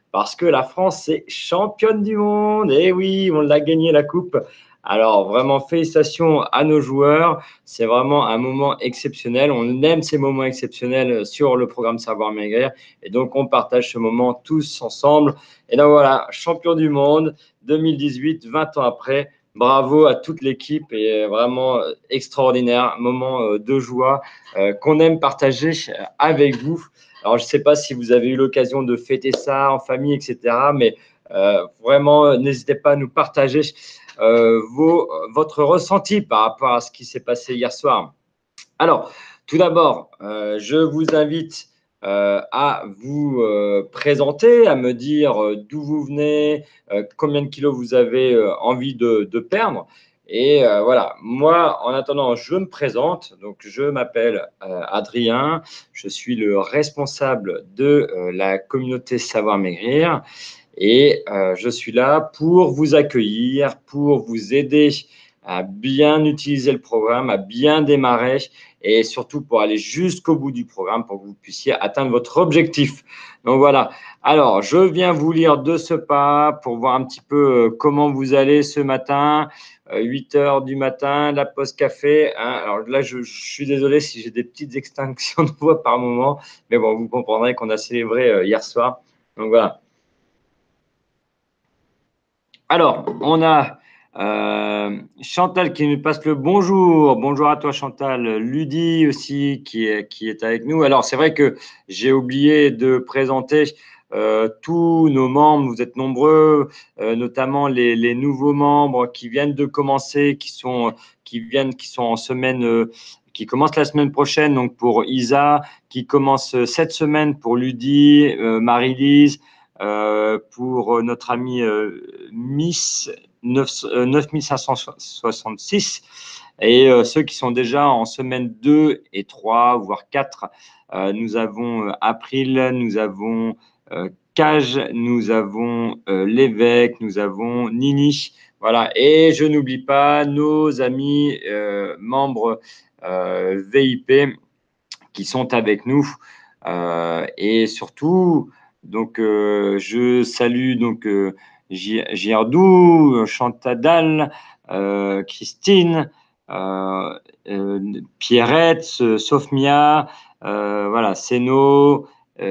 parce que la France est championne du monde. Et oui, on l'a gagné la coupe. Alors, vraiment, félicitations à nos joueurs. C'est vraiment un moment exceptionnel. On aime ces moments exceptionnels sur le programme Savoir Maigrir. Et donc, on partage ce moment tous ensemble. Et donc, voilà, champion du monde 2018, 20 ans après. Bravo à toute l'équipe et vraiment extraordinaire, moment de joie qu'on aime partager avec vous. Alors, je ne sais pas si vous avez eu l'occasion de fêter ça en famille, etc. Mais vraiment, n'hésitez pas à nous partager votre ressenti par rapport à ce qui s'est passé hier soir. Alors, tout d'abord, je vous invite à vous présenter, à me dire d'où vous venez, combien de kilos vous avez envie de perdre. Et voilà, moi, en attendant, je me présente. Donc, je m'appelle Adrien. Je suis le responsable de la communauté Savoir Maigrir. Et je suis là pour vous accueillir, pour vous aider à bien utiliser le programme, à bien démarrer et surtout pour aller jusqu'au bout du programme pour que vous puissiez atteindre votre objectif. Donc voilà. Alors, je viens vous lire de ce pas pour voir un petit peu comment vous allez ce matin. 8 heures du matin, la pause café. Hein. Alors là, je suis désolé si j'ai des petites extinctions de voix par moment, mais bon, vous comprendrez qu'on a célébré hier soir. Donc voilà. Alors, on a Chantal qui nous passe le bonjour. Bonjour à toi, Chantal. Ludi aussi qui est avec nous. Alors, c'est vrai que j'ai oublié de présenter tous nos membres. Vous êtes nombreux, notamment les nouveaux membres qui viennent de commencer, qui sont en semaine. Qui commence la semaine prochaine, donc pour Isa, qui commence cette semaine pour Ludi, Marie-Lise, pour notre ami Miss 9566 et ceux qui sont déjà en semaine 2 et 3, voire 4. Nous avons April, nous avons Cage, nous avons l'évêque, nous avons Nini. Voilà. Et je n'oublie pas nos amis membres VIP qui sont avec nous. Et surtout, donc, je salue donc Giardou, Chantadal, Christine, Pierrette, Sofmia, voilà, Seno.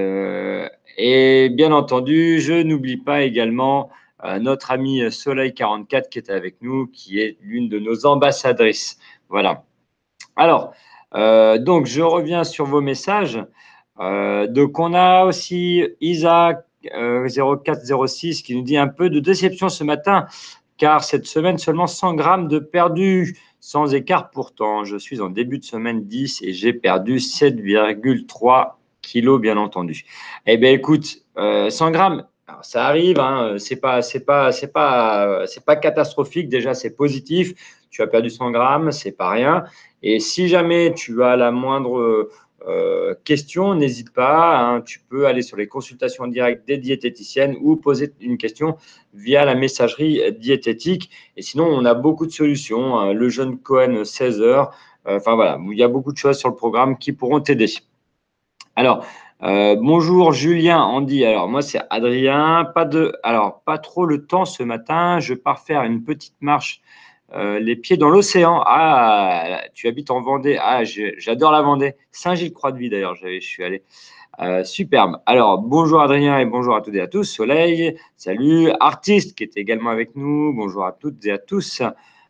Et bien entendu, je n'oublie pas également notre amie Soleil 44 qui est avec nous, qui est l'une de nos ambassadrices. Voilà. Alors, donc, je reviens sur vos messages. Donc, on a aussi Isaac 0406 qui nous dit un peu de déception ce matin, car cette semaine, seulement 100 grammes de perdu, sans écart pourtant. Je suis en début de semaine 10 et j'ai perdu 7,3 kilos, bien entendu. Eh bien, écoute, 100 grammes, alors, ça arrive, hein, c'est pas catastrophique. Déjà, c'est positif. Tu as perdu 100 grammes, c'est pas rien. Et si jamais tu as la moindre question, n'hésite pas. Hein, tu peux aller sur les consultations directes des diététiciennes ou poser une question via la messagerie diététique. Et sinon, on a beaucoup de solutions. Hein, le jeûne Cohen 16 heures. Enfin voilà, il y a beaucoup de choses sur le programme qui pourront t'aider. Alors, bonjour Julien, Andy. Alors, moi, c'est Adrien. Pas trop le temps ce matin. Je pars faire une petite marche les pieds dans l'océan. Ah, tu habites en Vendée. Ah, j'adore la Vendée. Saint-Gilles-Croix-de-Vie, d'ailleurs, je suis allé. Superbe. Alors, bonjour Adrien et bonjour à toutes et à tous. Soleil, salut. Artiste qui est également avec nous. Bonjour à toutes et à tous.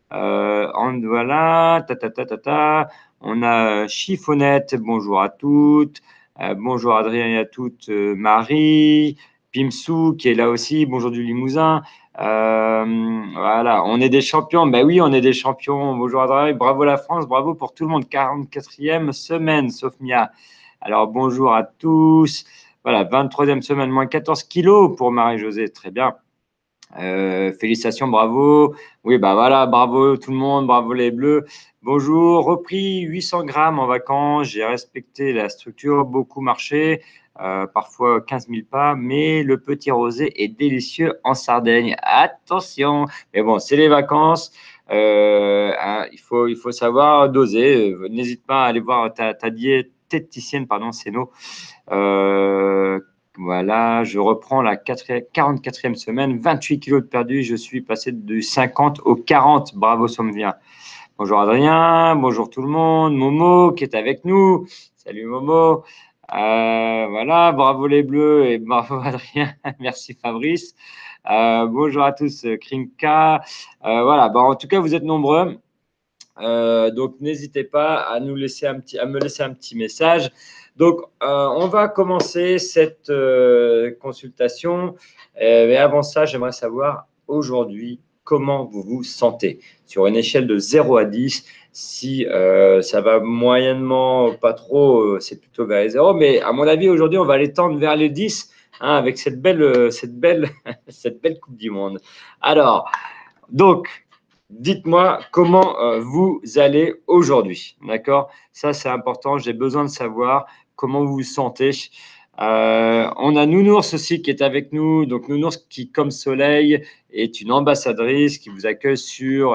Voilà. On a Chiffonnette. Bonjour à toutes. Bonjour Adrien et à toutes. Marie. Pimsou qui est là aussi. Bonjour du Limousin. Voilà, on est des champions. Ben oui, on est des champions. Bonjour Adrien, bravo la France, bravo pour tout le monde. 44e semaine, sauf Mia. Alors bonjour à tous. Voilà, 23e semaine, moins 14 kilos pour Marie-Josée, très bien. Félicitations, bravo. Oui, bah voilà, bravo tout le monde, bravo les Bleus. Bonjour, repris 800 grammes en vacances. J'ai respecté la structure, beaucoup marché, parfois 15 000 pas, mais le petit rosé est délicieux en Sardaigne. Attention, mais bon, c'est les vacances. Hein, il faut savoir doser. N'hésite pas à aller voir ta diététicienne, pardon, c'est nous. Voilà, je reprends la 44e semaine, 28 kilos de perdu. Je suis passé du 50 au 40. Bravo, Somvien. Bonjour Adrien, bonjour tout le monde. Momo qui est avec nous. Salut Momo. Voilà, bravo les Bleus et bravo Adrien. Merci Fabrice. Bonjour à tous, Krimka. Voilà, en tout cas, vous êtes nombreux. Donc, n'hésitez pas à me laisser un petit message. Donc, on va commencer cette consultation. Mais avant ça, j'aimerais savoir aujourd'hui comment vous vous sentez. Sur une échelle de 0 à 10, si ça va moyennement, pas trop, c'est plutôt vers les 0. Mais à mon avis, aujourd'hui, on va aller tendre vers les 10 avec cette belle, cette belle Coupe du Monde. Alors, donc, dites-moi comment vous allez aujourd'hui, d'accord? Ça, c'est important. J'ai besoin de savoir comment vous vous sentez. On a Nounours aussi qui est avec nous. Donc, Nounours qui, comme Soleil, est une ambassadrice qui vous accueille sur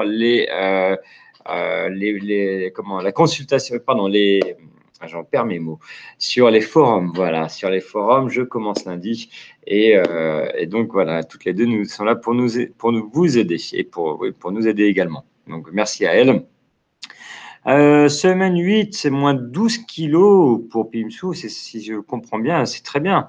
la consultation, pardon, j'en perds mes mots, sur les forums. Voilà, sur les forums, je commence lundi. Et donc, voilà, toutes les deux, nous sommes là pour vous aider et pour nous aider également. Donc, merci à elle. Semaine 8, c'est moins 12 kilos pour Pimsou, si je comprends bien, c'est très bien.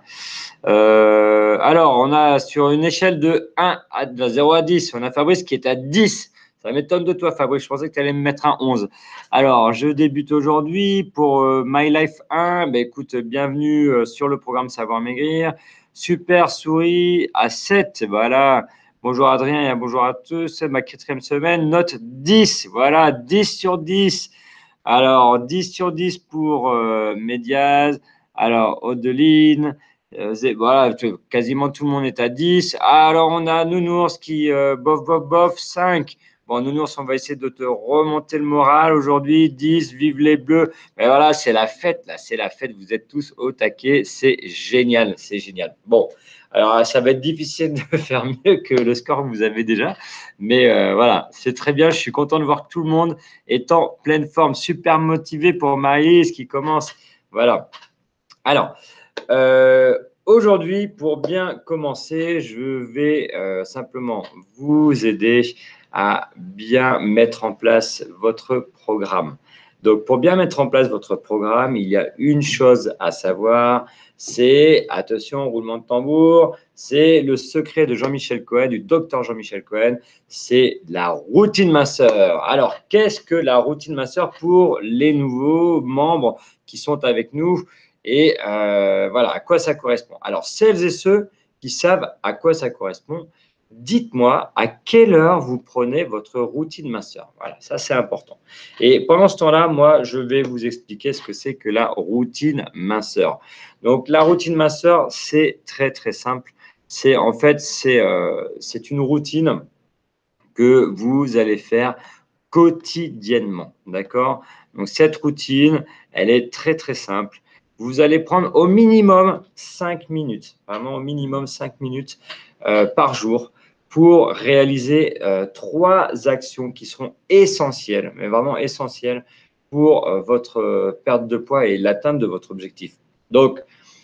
Alors, on a sur une échelle de 0 à 10, on a Fabrice qui est à 10. Ça m'étonne de toi, Fabrice. Je pensais que tu allais me mettre un 11. Alors, je débute aujourd'hui pour My Life 1. Écoute, bienvenue sur le programme Savoir Maigrir. Super Souris à 7. Voilà. Bonjour Adrien et bonjour à tous. C'est ma 4e semaine. Note 10. Voilà, 10 sur 10. Alors, 10 sur 10 pour Mediaz. Alors, Odeline. Voilà, quasiment tout le monde est à 10. Alors, on a Nounours qui, bof, 5. Bon, Nounours, on va essayer de te remonter le moral aujourd'hui. 10, vive les Bleus. Mais voilà, c'est la fête, là, c'est la fête. Vous êtes tous au taquet. C'est génial, c'est génial. Bon, alors, ça va être difficile de faire mieux que le score que vous avez déjà. Mais voilà, c'est très bien. Je suis content de voir que tout le monde est en pleine forme, super motivé pour Maïs qui commence. Voilà. Alors, aujourd'hui, pour bien commencer, je vais simplement vous aider à bien mettre en place votre programme. Donc, pour bien mettre en place votre programme, il y a une chose à savoir, c'est, attention, roulement de tambour, c'est le secret de Jean-Michel Cohen, du docteur Jean-Michel Cohen, c'est la routine minceur. Alors, qu'est-ce que la routine minceur pour les nouveaux membres qui sont avec nous? Et voilà, à quoi ça correspond. Alors, celles et ceux qui savent à quoi ça correspond, dites-moi à quelle heure vous prenez votre routine minceur. Voilà, ça c'est important. Et pendant ce temps-là, moi, je vais vous expliquer ce que c'est que la routine minceur. Donc, la routine minceur, c'est très, très simple. C'est en fait, c'est une routine que vous allez faire quotidiennement. D'accord? Donc, cette routine, elle est très, très simple. Vous allez prendre au minimum 5 minutes, vraiment au minimum 5 minutes par jour pour réaliser 3 actions qui seront essentielles, mais vraiment essentielles pour votre perte de poids et l'atteinte de votre objectif. Donc,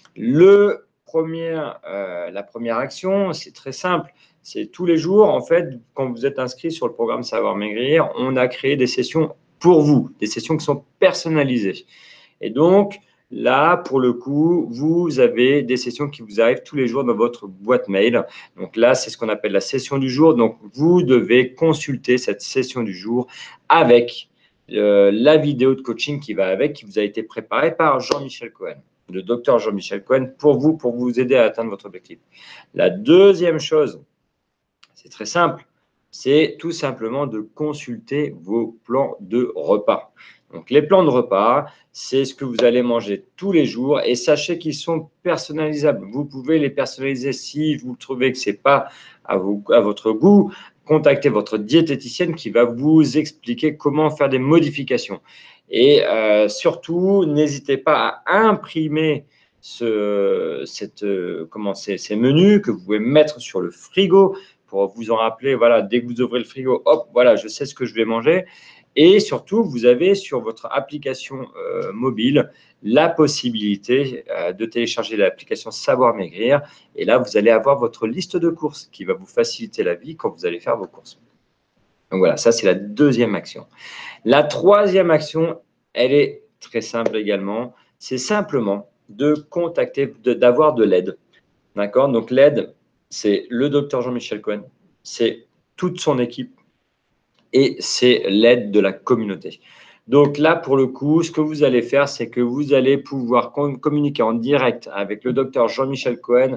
la première action, c'est très simple. C'est tous les jours, en fait, quand vous êtes inscrit sur le programme Savoir Maigrir, on a créé des sessions pour vous, des sessions qui sont personnalisées. Et donc, là, pour le coup, vous avez des sessions qui vous arrivent tous les jours dans votre boîte mail. Donc là, c'est ce qu'on appelle la session du jour. Donc, vous devez consulter cette session du jour avec la vidéo de coaching qui va avec, qui vous a été préparée par Jean-Michel Cohen, le docteur Jean-Michel Cohen, pour vous aider à atteindre votre objectif. La deuxième chose, c'est très simple, c'est tout simplement de consulter vos plans de repas. Donc, les plans de repas, c'est ce que vous allez manger tous les jours et sachez qu'ils sont personnalisables. Vous pouvez les personnaliser si vous trouvez que ce n'est pas à votre goût. Contactez votre diététicienne qui va vous expliquer comment faire des modifications. Et surtout, n'hésitez pas à imprimer ces menus que vous pouvez mettre sur le frigo pour vous en rappeler. Voilà, dès que vous ouvrez le frigo, hop, voilà, je sais ce que je vais manger. Et surtout, vous avez sur votre application mobile la possibilité de télécharger l'application Savoir Maigrir. Et là, vous allez avoir votre liste de courses qui va vous faciliter la vie quand vous allez faire vos courses. Donc voilà, ça c'est la deuxième action. La troisième action, elle est très simple également. C'est simplement de contacter, d'avoir de l'aide. D'accord? Donc l'aide, c'est le docteur Jean-Michel Cohen, c'est toute son équipe et c'est l'aide de la communauté. Donc là, pour le coup, ce que vous allez faire, c'est que vous allez pouvoir communiquer en direct avec le docteur Jean-Michel Cohen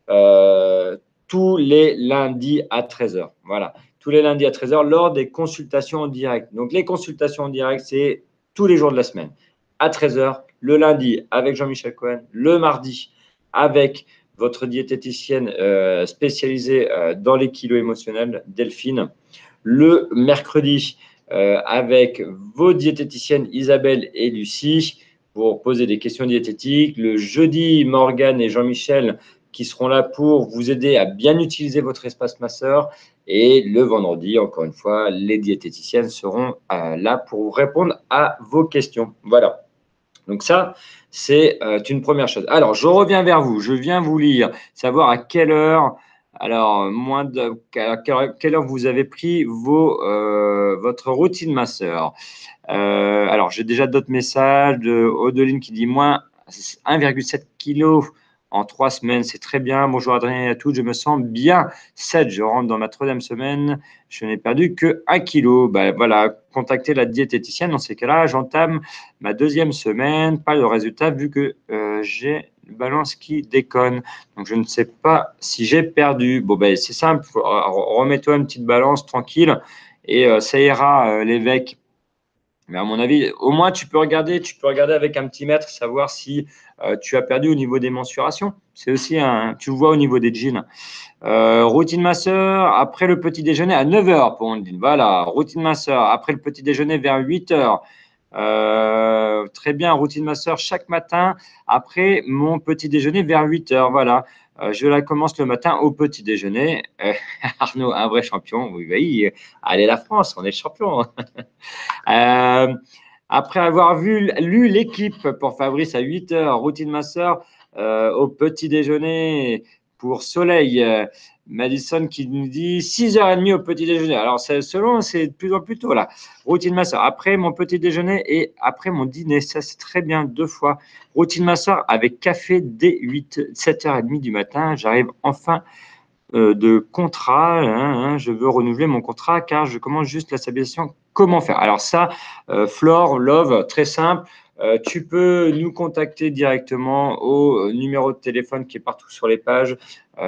tous les lundis à 13 h. Voilà, tous les lundis à 13 h lors des consultations en direct. Donc les consultations en direct, c'est tous les jours de la semaine à 13 h, le lundi avec Jean-Michel Cohen, le mardi avec votre diététicienne spécialisée dans les kilos émotionnels, Delphine, le mercredi avec vos diététiciennes Isabelle et Lucie pour poser des questions diététiques. Le jeudi, Morgane et Jean-Michel qui seront là pour vous aider à bien utiliser votre espace masseur. Et le vendredi, encore une fois, les diététiciennes seront là pour vous répondre à vos questions. Voilà. Donc ça, c'est une première chose. Alors, je reviens vers vous. Je viens vous lire, savoir à quelle heure, alors, à quelle heure vous avez pris votre routine masseur. Alors, j'ai déjà d'autres messages de Odeline qui dit moins 1,7 kg en 3 semaines, c'est très bien. Bonjour Adrien et à tous, je me sens bien. 7, je rentre dans ma troisième semaine, je n'ai perdu que 1 kg. Ben, voilà, contactez la diététicienne. Dans ces cas-là, j'entame ma deuxième semaine, pas de résultat vu que j'ai une balance qui déconne. Donc, je ne sais pas si j'ai perdu. Bon, ben, c'est simple, remets-toi une petite balance tranquille et ça ira l'évêque. Mais à mon avis, au moins, tu peux regarder avec un petit mètre, savoir si tu as perdu au niveau des mensurations. C'est aussi tu le vois au niveau des jeans. Routine masseur, après le petit déjeuner à 9 h pour Ondine. Voilà, routine masseur, après le petit déjeuner vers 8 h. Très bien, routine masseur chaque matin après mon petit déjeuner vers 8 h. Voilà, je la commence le matin au petit déjeuner. Arnaud, un vrai champion. Oui, oui, allez la France, on est champion. Euh, Après avoir lu l'équipe pour Fabrice à 8 h, routine masseur au petit déjeuner pour Soleil. Madison qui nous dit 6h30 au petit déjeuner. Alors, selon, c'est de plus en plus tôt là. Routine masseur après mon petit déjeuner et après mon dîner. Ça, c'est très bien, 2 fois. Routine masseur avec café dès 7h30 du matin. J'arrive enfin de contrat. Je veux renouveler mon contrat car je commence juste la stabilisation. Comment faire? Alors ça, Flore, Love, très simple. Tu peux nous contacter directement au numéro de téléphone qui est partout sur les pages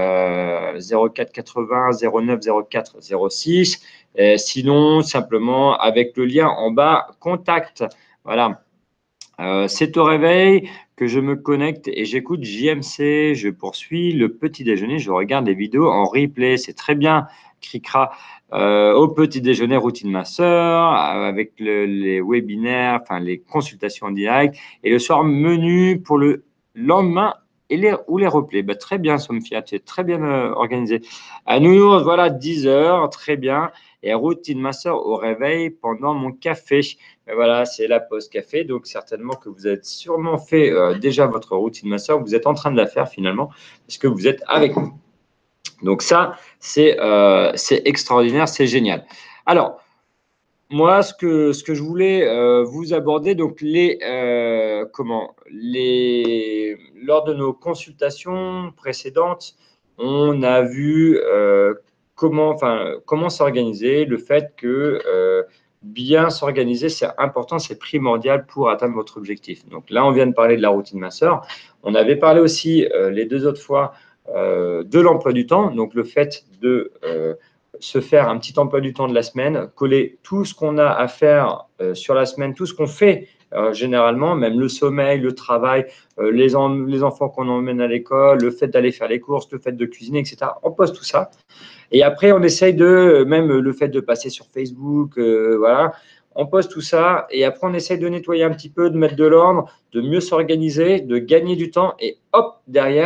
04 80 09 04 06. Sinon, simplement avec le lien en bas, contact. Voilà. C'est au réveil que je me connecte et j'écoute JMC. Je poursuis le petit déjeuner. Je regarde les vidéos en replay. C'est très bien, Cricra. Au petit déjeuner, routine masseur, avec les webinaires, enfin les consultations en direct. Et le soir, menu pour le lendemain ou les replays. Bah, très bien, Somfia, tu es très bien organisé. À Nounours, voilà, 10 h, très bien. Et routine masseur au réveil pendant mon café. Et voilà, c'est la pause café. Donc, certainement que vous avez sûrement fait déjà votre routine masseur. Vous êtes en train de la faire finalement parce que vous êtes avec nous. Donc, ça, c'est extraordinaire, c'est génial. Alors, moi, ce que je voulais vous aborder, donc lors de nos consultations précédentes, on a vu comment s'organiser, le fait que bien s'organiser, c'est important, c'est primordial pour atteindre votre objectif. Donc là, on vient de parler de la routine masseur. On avait parlé aussi les 2 autres fois de l'emploi du temps, donc le fait de se faire un petit emploi du temps de la semaine, coller tout ce qu'on a à faire sur la semaine, tout ce qu'on fait généralement, même le sommeil, le travail, les enfants qu'on emmène à l'école, le fait d'aller faire les courses, le fait de cuisiner, etc. On poste tout ça. Et après, on essaye même le fait de passer sur Facebook, voilà, on poste tout ça. Et après, on essaye de nettoyer un petit peu, de mettre de l'ordre, de mieux s'organiser, de gagner du temps. Et hop, derrière,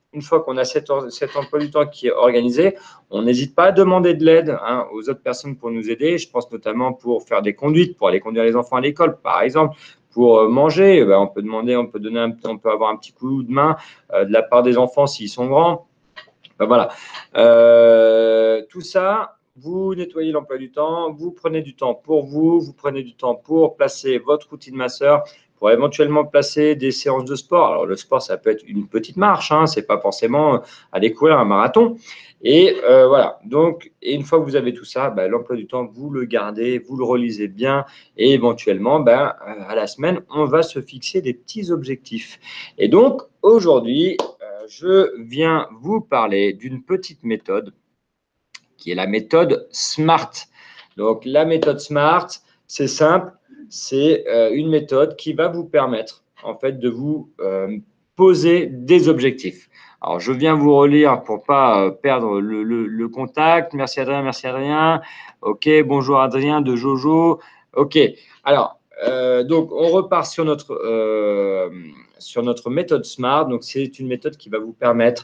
une fois qu'on a cet emploi du temps qui est organisé, on n'hésite pas à demander de l'aide aux autres personnes pour nous aider. Je pense notamment pour faire des conduites, pour aller conduire les enfants à l'école, par exemple. Pour manger, on peut demander, on peut avoir un petit coup de main de la part des enfants s'ils sont grands. Voilà. Tout ça, vous nettoyez l'emploi du temps, vous prenez du temps pour vous, vous prenez du temps pour placer votre outil de masseur, pour éventuellement placer des séances de sport. Alors, le sport, ça peut être une petite marche, ce n'est pas forcément aller courir un marathon. Et voilà. Donc, une fois que vous avez tout ça, l'emploi du temps, vous le gardez, vous le relisez bien. Et éventuellement, à la semaine, on va se fixer des petits objectifs. Et donc, aujourd'hui, je viens vous parler d'une petite méthode qui est la méthode SMART. Donc, la méthode SMART, c'est simple, c'est une méthode qui va vous permettre en fait de vous poser des objectifs. Alors, je viens vous relire pour ne pas perdre le contact. Merci Adrien, merci Adrien. OK, bonjour Adrien de Jojo. OK, alors, donc on repart sur notre méthode SMART. Donc, c'est une méthode qui va vous permettre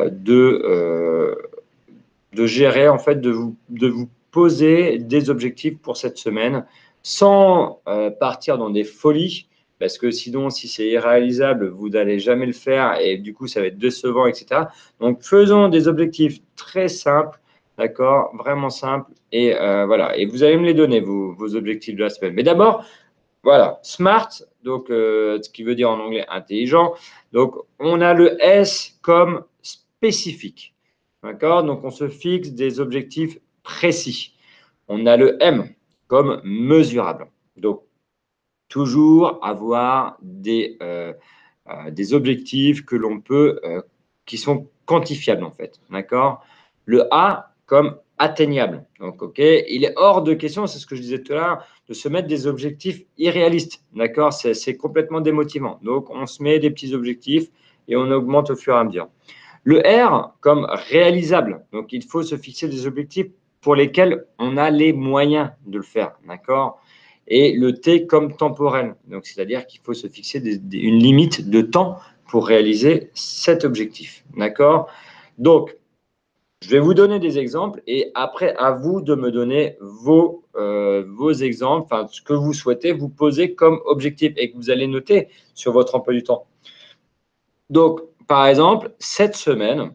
de gérer, en fait, de vous poser des objectifs pour cette semaine sans partir dans des folies, parce que sinon, si c'est irréalisable, vous n'allez jamais le faire et du coup, ça va être décevant, etc. Donc, faisons des objectifs très simples, d'accord, vraiment simples, et voilà. Et vous allez me les donner, vos objectifs de la semaine. Mais d'abord, voilà, SMART, donc ce qui veut dire en anglais intelligent. Donc, on a le S comme spécifique. D'accord? Donc, on se fixe des objectifs précis. On a le M comme mesurable. Donc, toujours avoir des objectifs que l'on peut, qui sont quantifiables en fait. D'accord? Le A comme atteignable. Donc, OK, il est hors de question, c'est ce que je disais tout à l'heure, de se mettre des objectifs irréalistes. D'accord? C'est complètement démotivant. Donc, on se met des petits objectifs et on augmente au fur et à mesure. Le R comme réalisable. Donc, il faut se fixer des objectifs pour lesquels on a les moyens de le faire. D'accord? Et le T comme temporel. Donc, c'est-à-dire qu'il faut se fixer une limite de temps pour réaliser cet objectif. D'accord? Donc, je vais vous donner des exemples et après, à vous de me donner vos exemples, enfin, ce que vous souhaitez vous poser comme objectif et que vous allez noter sur votre emploi du temps. Donc, par exemple, cette semaine,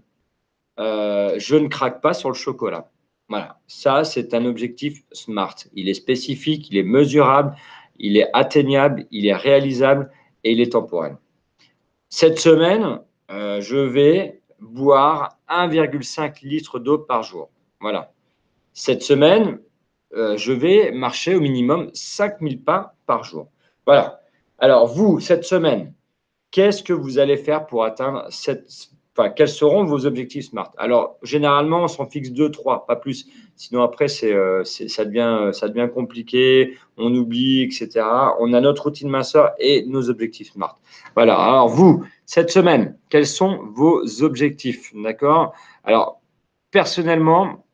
je ne craque pas sur le chocolat. Voilà, ça, c'est un objectif SMART. Il est spécifique, il est mesurable, il est atteignable, il est réalisable et il est temporel. Cette semaine, je vais boire 1,5 litre d'eau par jour. Voilà. Cette semaine, je vais marcher au minimum 5000 pas par jour. Voilà. Alors, vous, cette semaine, qu'est-ce que vous allez faire pour atteindre quels seront vos objectifs SMART? Alors, généralement, on s'en fixe 2, 3, pas plus. Sinon, après, ça devient compliqué, on oublie, etc. On a notre routine masseur et nos objectifs SMART. Voilà. Alors, vous, cette semaine, quels sont vos objectifs? D'accord? Alors, personnellement,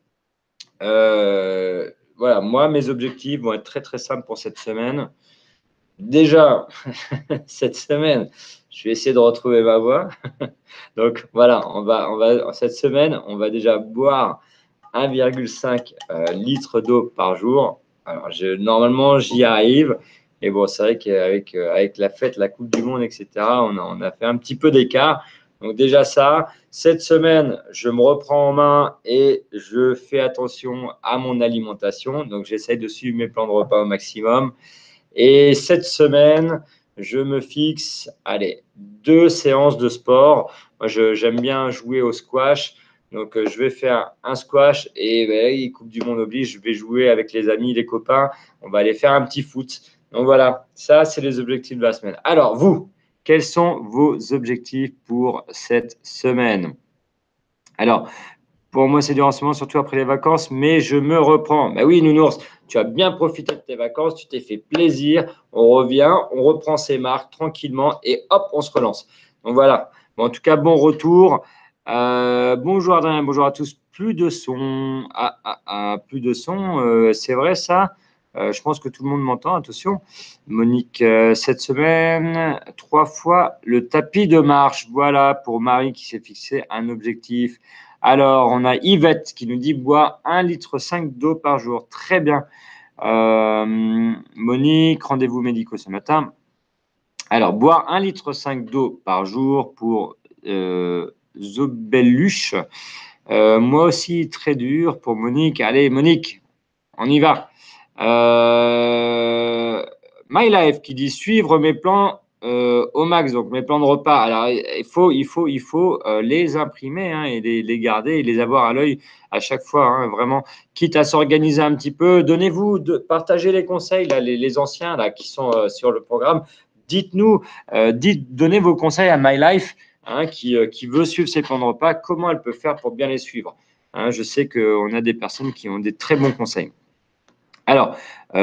voilà, moi, mes objectifs vont être très, très simples pour cette semaine. Déjà, cette semaine, je vais essayer de retrouver ma voix. Donc voilà, cette semaine, on va déjà boire 1,5 litres d'eau par jour. Alors, normalement, j'y arrive. Et bon, c'est vrai qu'avec la fête, la Coupe du Monde, etc., on a fait un petit peu d'écart. Donc déjà ça, cette semaine, je me reprends en main et je fais attention à mon alimentation. Donc j'essaye de suivre mes plans de repas au maximum. Et cette semaine, je me fixe, allez, 2 séances de sport. Moi, j'aime bien jouer au squash. Donc, je vais faire un squash et Coupe du Monde oblige, je vais jouer avec les amis, les copains. On va aller faire un petit foot. Donc, voilà, ça, c'est les objectifs de la semaine. Alors, vous, quels sont vos objectifs pour cette semaine? Alors, pour moi, c'est dur en ce moment, surtout après les vacances, mais je me reprends. Ben oui, Nounours, tu as bien profité de tes vacances, tu t'es fait plaisir. On revient, on reprend ses marques tranquillement et hop, on se relance. Donc voilà. Bon, en tout cas, bon retour. Bonjour Adrien, bonjour à tous. Plus de son. Plus de son, c'est vrai ça? Je pense que tout le monde m'entend, attention. Monique, cette semaine, 3 fois le tapis de marche. Voilà, pour Marie qui s'est fixé un objectif. Alors, on a Yvette qui nous dit boire 1,5 litre d'eau par jour. Très bien. Monique, rendez-vous médicaux ce matin. Alors, boire 1,5 litre d'eau par jour pour Zobeluche. Moi aussi, très dur pour Monique. Allez, Monique, on y va. My Life qui dit suivre mes plans au max, donc mes plans de repas. Alors, il faut les imprimer hein, et les garder et les avoir à l'œil à chaque fois, hein, vraiment, quitte à s'organiser un petit peu. Donnez-vous, partagez les conseils, là, les anciens là, qui sont sur le programme. Dites-nous, donnez vos conseils à My Life hein, qui veut suivre ses plans de repas, comment elle peut faire pour bien les suivre. Hein, je sais qu'on a des personnes qui ont des très bons conseils. Alors,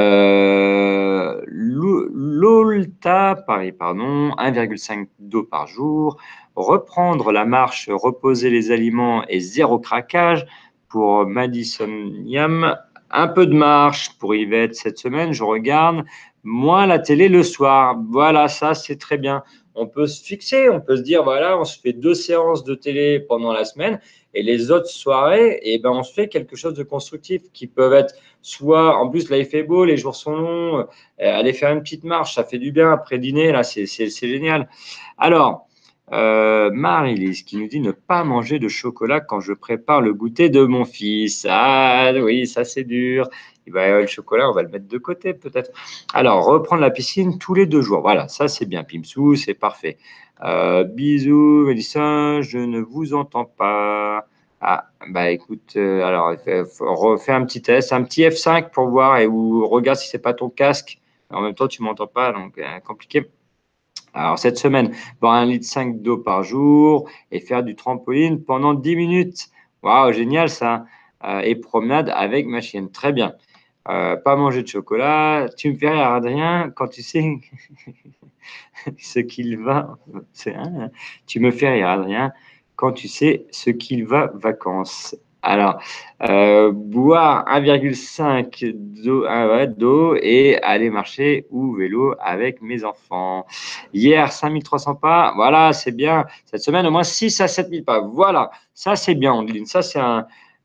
l'Olta, Paris, pardon, 1,5 d'eau par jour, reprendre la marche, reposer les aliments et zéro craquage pour Madison Yam. Un peu de marche pour Yvette cette semaine, je regarde, moins la télé le soir. Voilà, ça c'est très bien. On peut se fixer, on peut se dire, voilà, on se fait 2 séances de télé pendant la semaine et les autres soirées, eh ben, on se fait quelque chose de constructif qui peuvent être soit, en plus, là, il fait beau, les jours sont longs, aller faire une petite marche, ça fait du bien après dîner, là, c'est génial. Alors, Marie-Lise qui nous dit ne pas manger de chocolat quand je prépare le goûter de mon fils. Ah oui, ça c'est dur. Et ben, le chocolat, on va le mettre de côté peut-être. Alors, reprendre la piscine tous les 2 jours. Voilà, ça c'est bien, Pimsou, c'est parfait. Bisous, Mélissa, je ne vous entends pas. Ah, bah écoute, alors refais un petit test, un petit F5 pour voir ou regarde si c'est pas ton casque. En même temps, tu m'entends pas, donc compliqué. Alors cette semaine, boire 1,5 litre d'eau par jour et faire du trampoline pendant 10 minutes. Waouh, génial ça. Et promenade avec ma chienne. Très bien. Pas manger de chocolat. Tu me fais rire, Adrien, quand tu sais ce qu'il va. Hein, tu me fais rire, Adrien, quand tu sais ce qu'il va vacances. Alors, boire 1,5 d'eau et aller marcher ou vélo avec mes enfants. Hier, 5300 pas. Voilà, c'est bien. Cette semaine, au moins 6 à 7000 pas. Voilà, ça c'est bien, Andeline. Ça, c'est un.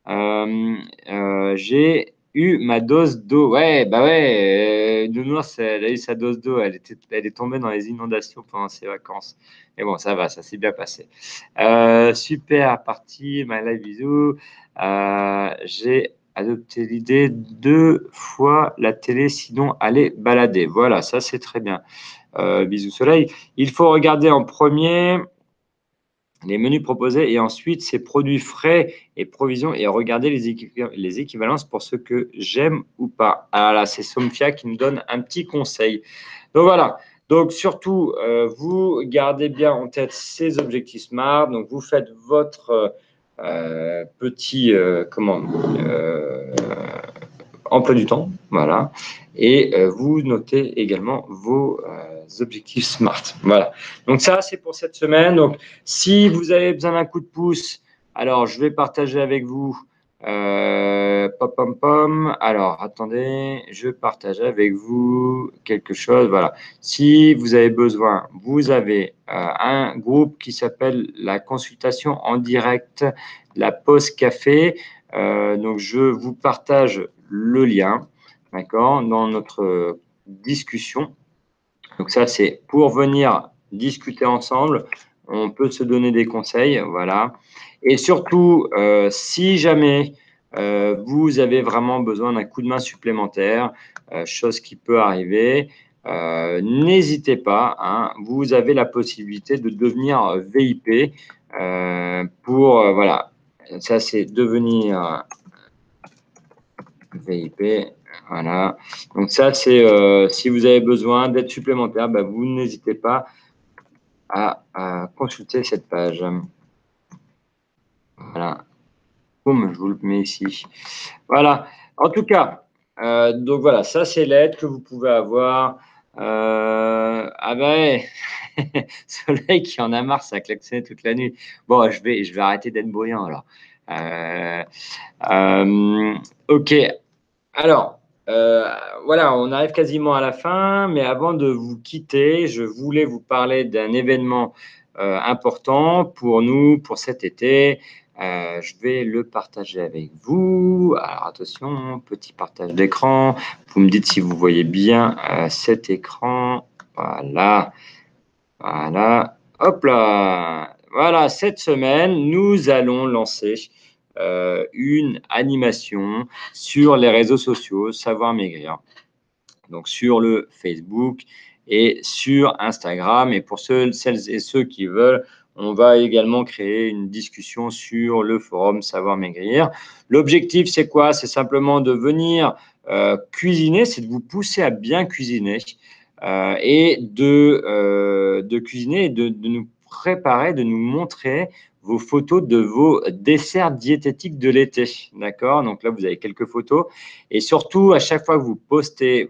J'ai eu ma dose d'eau. Ouais, bah ouais. Nounours, elle a eu sa dose d'eau. Elle est tombée dans les inondations pendant ses vacances. Mais bon, ça va, ça s'est bien passé. Super partie, my life, bisous. J'ai adopté l'idée 2 fois la télé, sinon aller balader. Voilà, ça c'est très bien. Bisous soleil. Il faut regarder en premier les menus proposés et ensuite ces produits frais et provisions et regarder les équivalences pour ce que j'aime ou pas. Ah là, c'est Somfia qui nous donne un petit conseil. Donc voilà. Donc surtout, vous gardez bien en tête ces objectifs SMART. Donc vous faites votre petit emploi du temps, voilà. Et vous notez également vos objectifs SMART. Voilà. Donc ça, c'est pour cette semaine. Donc, si vous avez besoin d'un coup de pouce, alors je vais partager avec vous. Alors, attendez, je partage avec vous quelque chose. Voilà. Si vous avez besoin, vous avez un groupe qui s'appelle la consultation en direct, la pause café. Donc, je vous partage le lien, d'accord, dans notre discussion. Donc ça, c'est pour venir discuter ensemble. On peut se donner des conseils, voilà. Et surtout, si jamais vous avez vraiment besoin d'un coup de main supplémentaire, chose qui peut arriver, n'hésitez pas, hein, vous avez la possibilité de devenir VIP pour, voilà, ça c'est devenir VIP, voilà. Donc ça, c'est si vous avez besoin d'aide supplémentaire, bah, vous n'hésitez pas à consulter cette page. Voilà. Boum, je vous le mets ici. Voilà. En tout cas, donc voilà, ça c'est l'aide que vous pouvez avoir. Ah ben, Soleil qui en a marre, ça a klaxonné toute la nuit. Bon, je vais arrêter d'être bruyant alors. Ok. Alors, voilà, on arrive quasiment à la fin, mais avant de vous quitter, je voulais vous parler d'un événement important pour nous, pour cet été. Je vais le partager avec vous. Alors attention, petit partage d'écran. Vous me dites si vous voyez bien cet écran. Voilà, voilà, hop là. Voilà, cette semaine, nous allons lancer une animation sur les réseaux sociaux, Savoir Maigrir. Donc sur le Facebook et sur Instagram. Et pour celles et ceux qui veulent, on va également créer une discussion sur le forum Savoir Maigrir. L'objectif, c'est quoi? C'est simplement de venir cuisiner, c'est de vous pousser à bien cuisiner et de cuisiner et de nous préparer, de nous montrer vos photos de vos desserts diététiques de l'été. D'accord? Donc là, vous avez quelques photos. Et surtout, à chaque fois que vous postez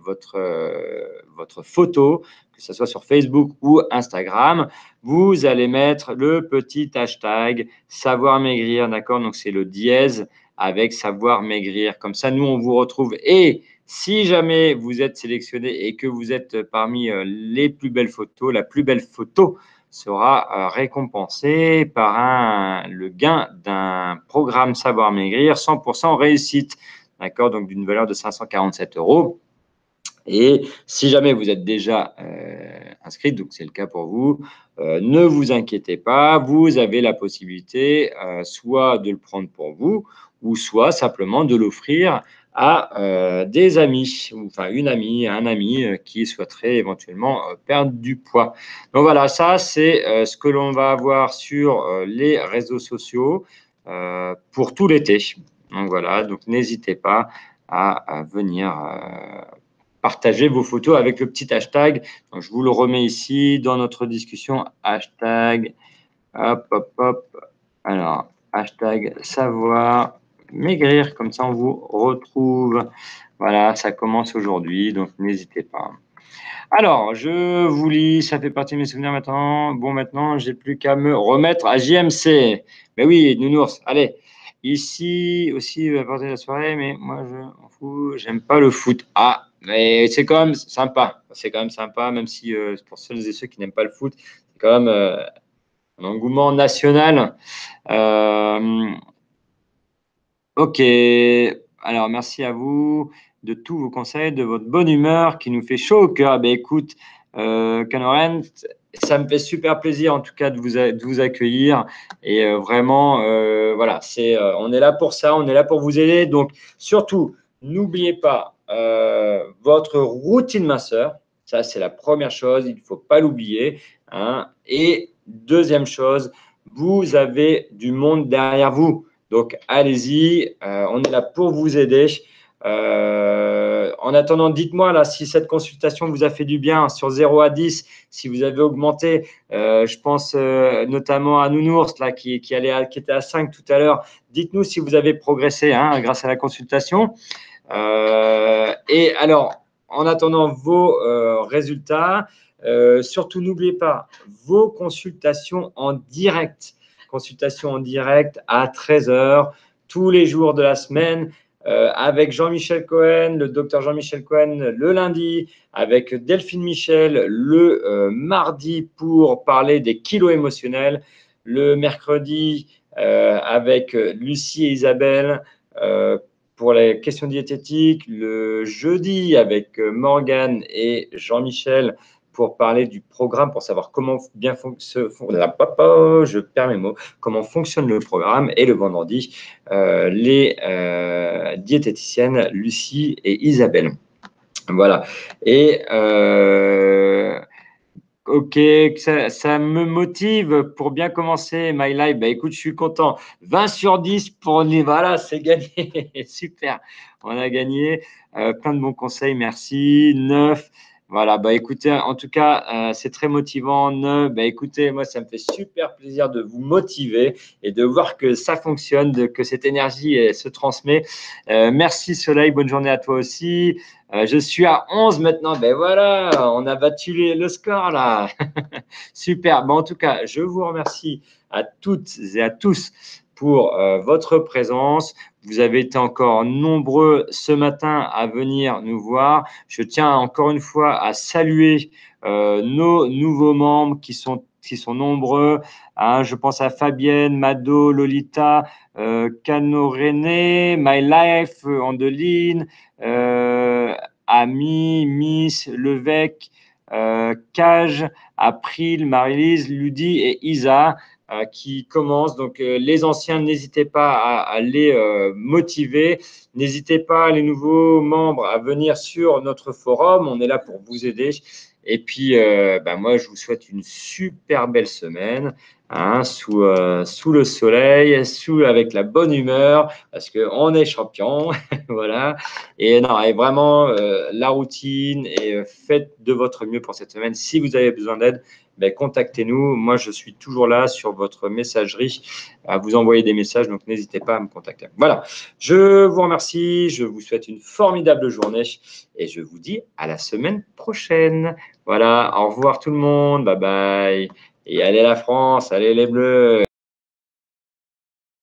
votre photo, que ce soit sur Facebook ou Instagram, vous allez mettre le petit hashtag savoir maigrir. D'accord? Donc c'est le dièse avec savoir maigrir. Comme ça, nous, on vous retrouve. Et si jamais vous êtes sélectionné et que vous êtes parmi les plus belles photos, la plus belle photo sera récompensée par le gain d'un programme Savoir Maigrir 100% réussite. D'accord, donc d'une valeur de 547 €. Et si jamais vous êtes déjà inscrit, donc c'est le cas pour vous, ne vous inquiétez pas, vous avez la possibilité soit de le prendre pour vous, ou soit simplement de l'offrir à des amis, ou enfin une amie, un ami qui souhaiterait éventuellement perdre du poids. Donc voilà, ça c'est ce que l'on va avoir sur les réseaux sociaux pour tout l'été. Donc voilà, donc n'hésitez pas à venir partager vos photos avec le petit hashtag. Donc, je vous le remets ici dans notre discussion. Hashtag, hop, hop, hop. Alors, hashtag savoir maigrir. Comme ça, on vous retrouve. Voilà, ça commence aujourd'hui. Donc, n'hésitez pas. Alors, je vous lis. Ça fait partie de mes souvenirs maintenant. Bon, maintenant, j'ai plus qu'à me remettre à JMC. Mais oui, nounours. Allez. Ici aussi, à partir de la soirée, mais moi, je m'en fous. J'aime pas le foot. Ah, mais c'est quand même sympa. C'est quand même sympa, même si pour celles et ceux qui n'aiment pas le foot, c'est quand même un engouement national. Euh, ok. Alors, merci à vous de tous vos conseils, de votre bonne humeur qui nous fait chaud au cœur. Ben, écoute, Kanoren, ça me fait super plaisir en tout cas de vous accueillir. Et vraiment, voilà, on est là pour ça, on est là pour vous aider. Donc, surtout, n'oubliez pas votre routine minceur. Ça, c'est la première chose, il ne faut pas l'oublier. Hein. Et deuxième chose, vous avez du monde derrière vous. Donc, allez-y, on est là pour vous aider. En attendant, dites-moi là si cette consultation vous a fait du bien sur 0 à 10, si vous avez augmenté. Je pense notamment à Nounours là, qui était à 5 tout à l'heure. Dites-nous si vous avez progressé hein, grâce à la consultation. Et alors, en attendant vos résultats, surtout n'oubliez pas vos consultations en direct. Consultation en direct à 13 h tous les jours de la semaine avec Jean-Michel Cohen, le docteur Jean-Michel Cohen le lundi, avec Delphine Michel le mardi pour parler des kilos émotionnels, le mercredi avec Lucie et Isabelle pour les questions diététiques, le jeudi avec Morgane et Jean-Michel pour parler du programme, pour savoir comment bien fonctionne, je perds mes mots, comment fonctionne le programme, et le vendredi, les diététiciennes Lucie et Isabelle. Voilà. Et ok, ça me motive pour bien commencer My Life. Bah, écoute, je suis content. 20 sur 10 pour les. Voilà, c'est gagné. Super. On a gagné. Plein de bons conseils. Merci. 9. Voilà, bah écoutez, en tout cas, c'est très motivant. 9. Bah écoutez, moi, ça me fait super plaisir de vous motiver et de voir que ça fonctionne, que cette énergie se transmet. Merci Soleil, bonne journée à toi aussi. Je suis à 11 maintenant. Ben voilà, on a battu le score là. Super. Bon, en tout cas, je vous remercie à toutes et à tous pour votre présence. Vous avez été encore nombreux ce matin à venir nous voir. Je tiens encore une fois à saluer nos nouveaux membres qui sont nombreux. Hein, je pense à Fabienne, Mado, Lolita, Cano René, My Life, Andeline, Ami, Miss, Levesque, Cage, April, Marie-Lise, Ludi et Isa qui commencent. Donc, les anciens, n'hésitez pas à les motiver. N'hésitez pas, les nouveaux membres, à venir sur notre forum. On est là pour vous aider. Et puis, moi, je vous souhaite une super belle semaine, hein, sous le soleil, avec la bonne humeur, parce qu'on est champion. Voilà. Et non, et vraiment, la routine, et faites de votre mieux pour cette semaine. Si vous avez besoin d'aide, contactez-nous. Moi, je suis toujours là sur votre messagerie à vous envoyer des messages, donc n'hésitez pas à me contacter. Voilà, je vous remercie, je vous souhaite une formidable journée et je vous dis à la semaine prochaine. Voilà, au revoir tout le monde, bye bye. Et allez la France, allez les Bleus.